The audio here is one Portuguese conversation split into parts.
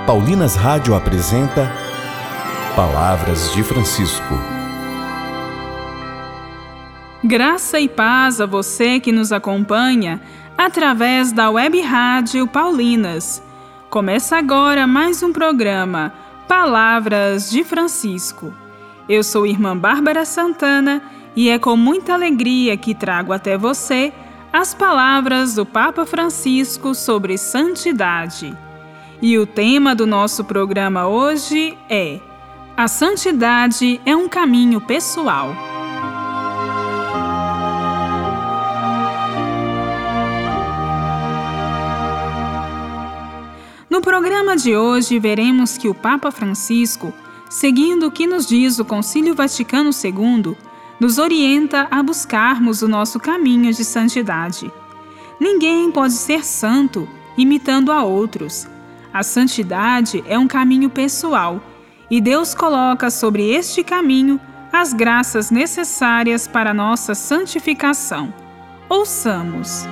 Paulinas Rádio apresenta Palavras de Francisco. Graça e paz a você que nos acompanha através da Web Rádio Paulinas. Começa agora mais um programa, Palavras de Francisco. Eu sou irmã Bárbara Santana e é com muita alegria que trago até você as palavras do Papa Francisco sobre santidade. E o tema do nosso programa hoje é: a santidade é um caminho pessoal. No programa de hoje, veremos que o Papa Francisco, seguindo o que nos diz o Concílio Vaticano II, nos orienta a buscarmos o nosso caminho de santidade. Ninguém pode ser santo imitando a outros. A santidade é um caminho pessoal e Deus coloca sobre este caminho as graças necessárias para a nossa santificação. Ouçamos.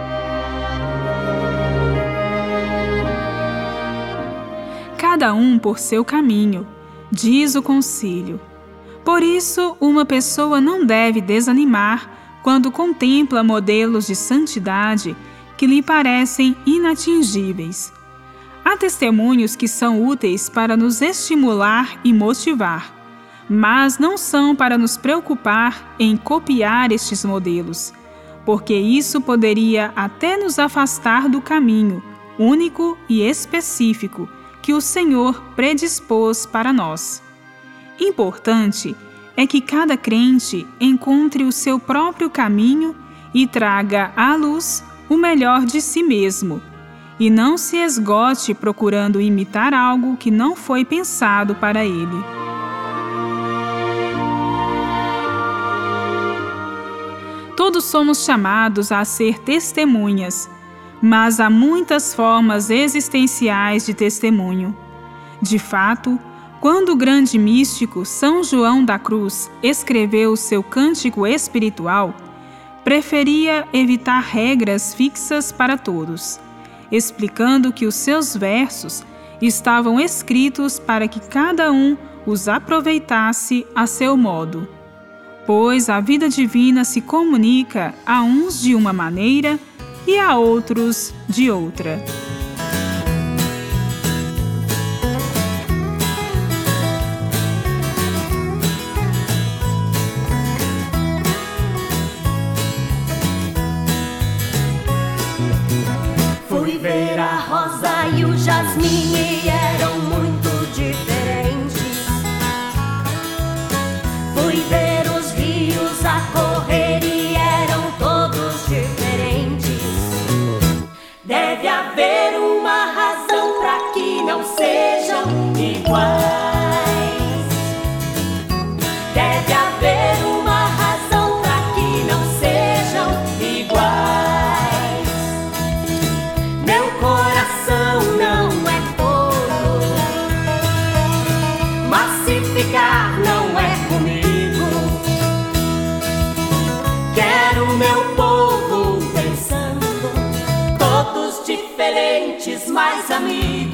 Cada um por seu caminho, diz o concílio. Por isso, uma pessoa não deve desanimar quando contempla modelos de santidade que lhe parecem inatingíveis. Há testemunhos que são úteis para nos estimular e motivar, mas não são para nos preocupar em copiar estes modelos, porque isso poderia até nos afastar do caminho único e específico que o Senhor predispôs para nós. Importante é que cada crente encontre o seu próprio caminho e traga à luz o melhor de si mesmo, e não se esgote procurando imitar algo que não foi pensado para ele. Todos somos chamados a ser testemunhas, mas há muitas formas existenciais de testemunho. De fato, quando o grande místico São João da Cruz escreveu seu cântico espiritual, preferia evitar regras fixas para todos, explicando que os seus versos estavam escritos para que cada um os aproveitasse a seu modo. Pois a vida divina se comunica a uns de uma maneira e a outros de outra. Fui ver a rosa e o jasmim e eram muito diferentes. Fui ver os rios a correr e eram todos diferentes. Deve haver uma razão para que não sejam iguais. Deve haver uma razão para que não sejam iguais. Meu coração não é tolo, massificar não é comigo. Quero meu povo pensando, todos diferentes, mas amigos.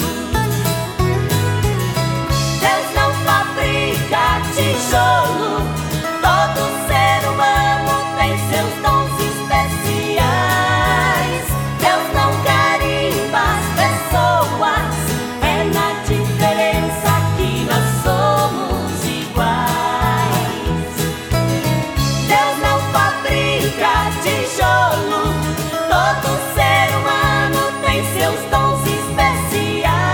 Deus não fabrica tijolo, todo ser humano tem seus dons especiais. Deus não carimba as pessoas, é na diferença que nós somos iguais. Deus não fabrica tijolo, todo ser humano tem seus dons especiais.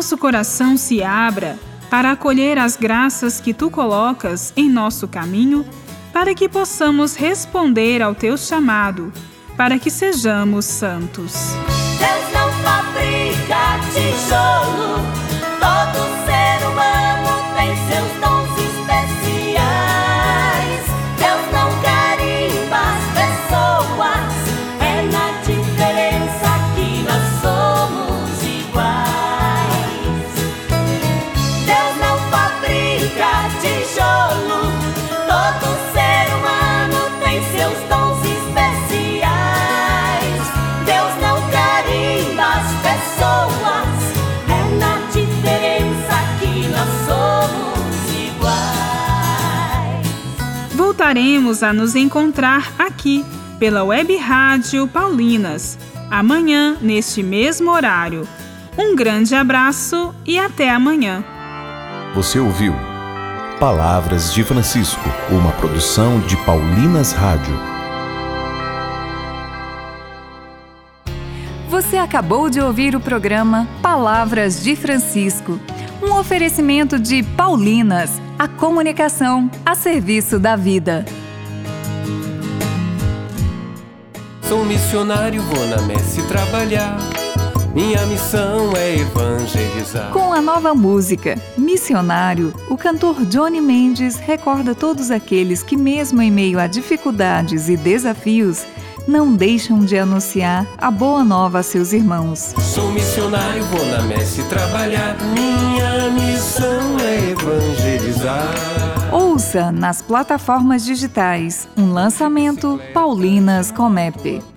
nosso coração se abra para acolher as graças que tu colocas em nosso caminho, para que possamos responder ao teu chamado, para que sejamos santos. Deus não fabrica tijolo, todo ser humano tem seus dons especiais. Deus não carimba as pessoas, é na diferença que nós somos iguais. Deus não fabrica tijolo, todo ser humano tem seus dons especiais. Deus não carimba as pessoas, é na diferença que nós somos iguais. Voltaremos a nos encontrar aqui pela Web Rádio Paulinas, amanhã neste mesmo horário. Um grande abraço e até amanhã. Você ouviu Palavras de Francisco, uma produção de Paulinas Rádio. Você acabou de ouvir o programa Palavras de Francisco, um oferecimento de Paulinas, a comunicação a serviço da vida. Sou missionário, vou na messe trabalhar. Minha missão é evangelizar. Com a nova música, Missionário, o cantor Johnny Mendes recorda todos aqueles que, mesmo em meio a dificuldades e desafios, não deixam de anunciar a boa nova a seus irmãos. Sou missionário, vou na messe trabalhar. Minha missão é evangelizar. Ouça nas plataformas digitais um lançamento Paulinas Comep.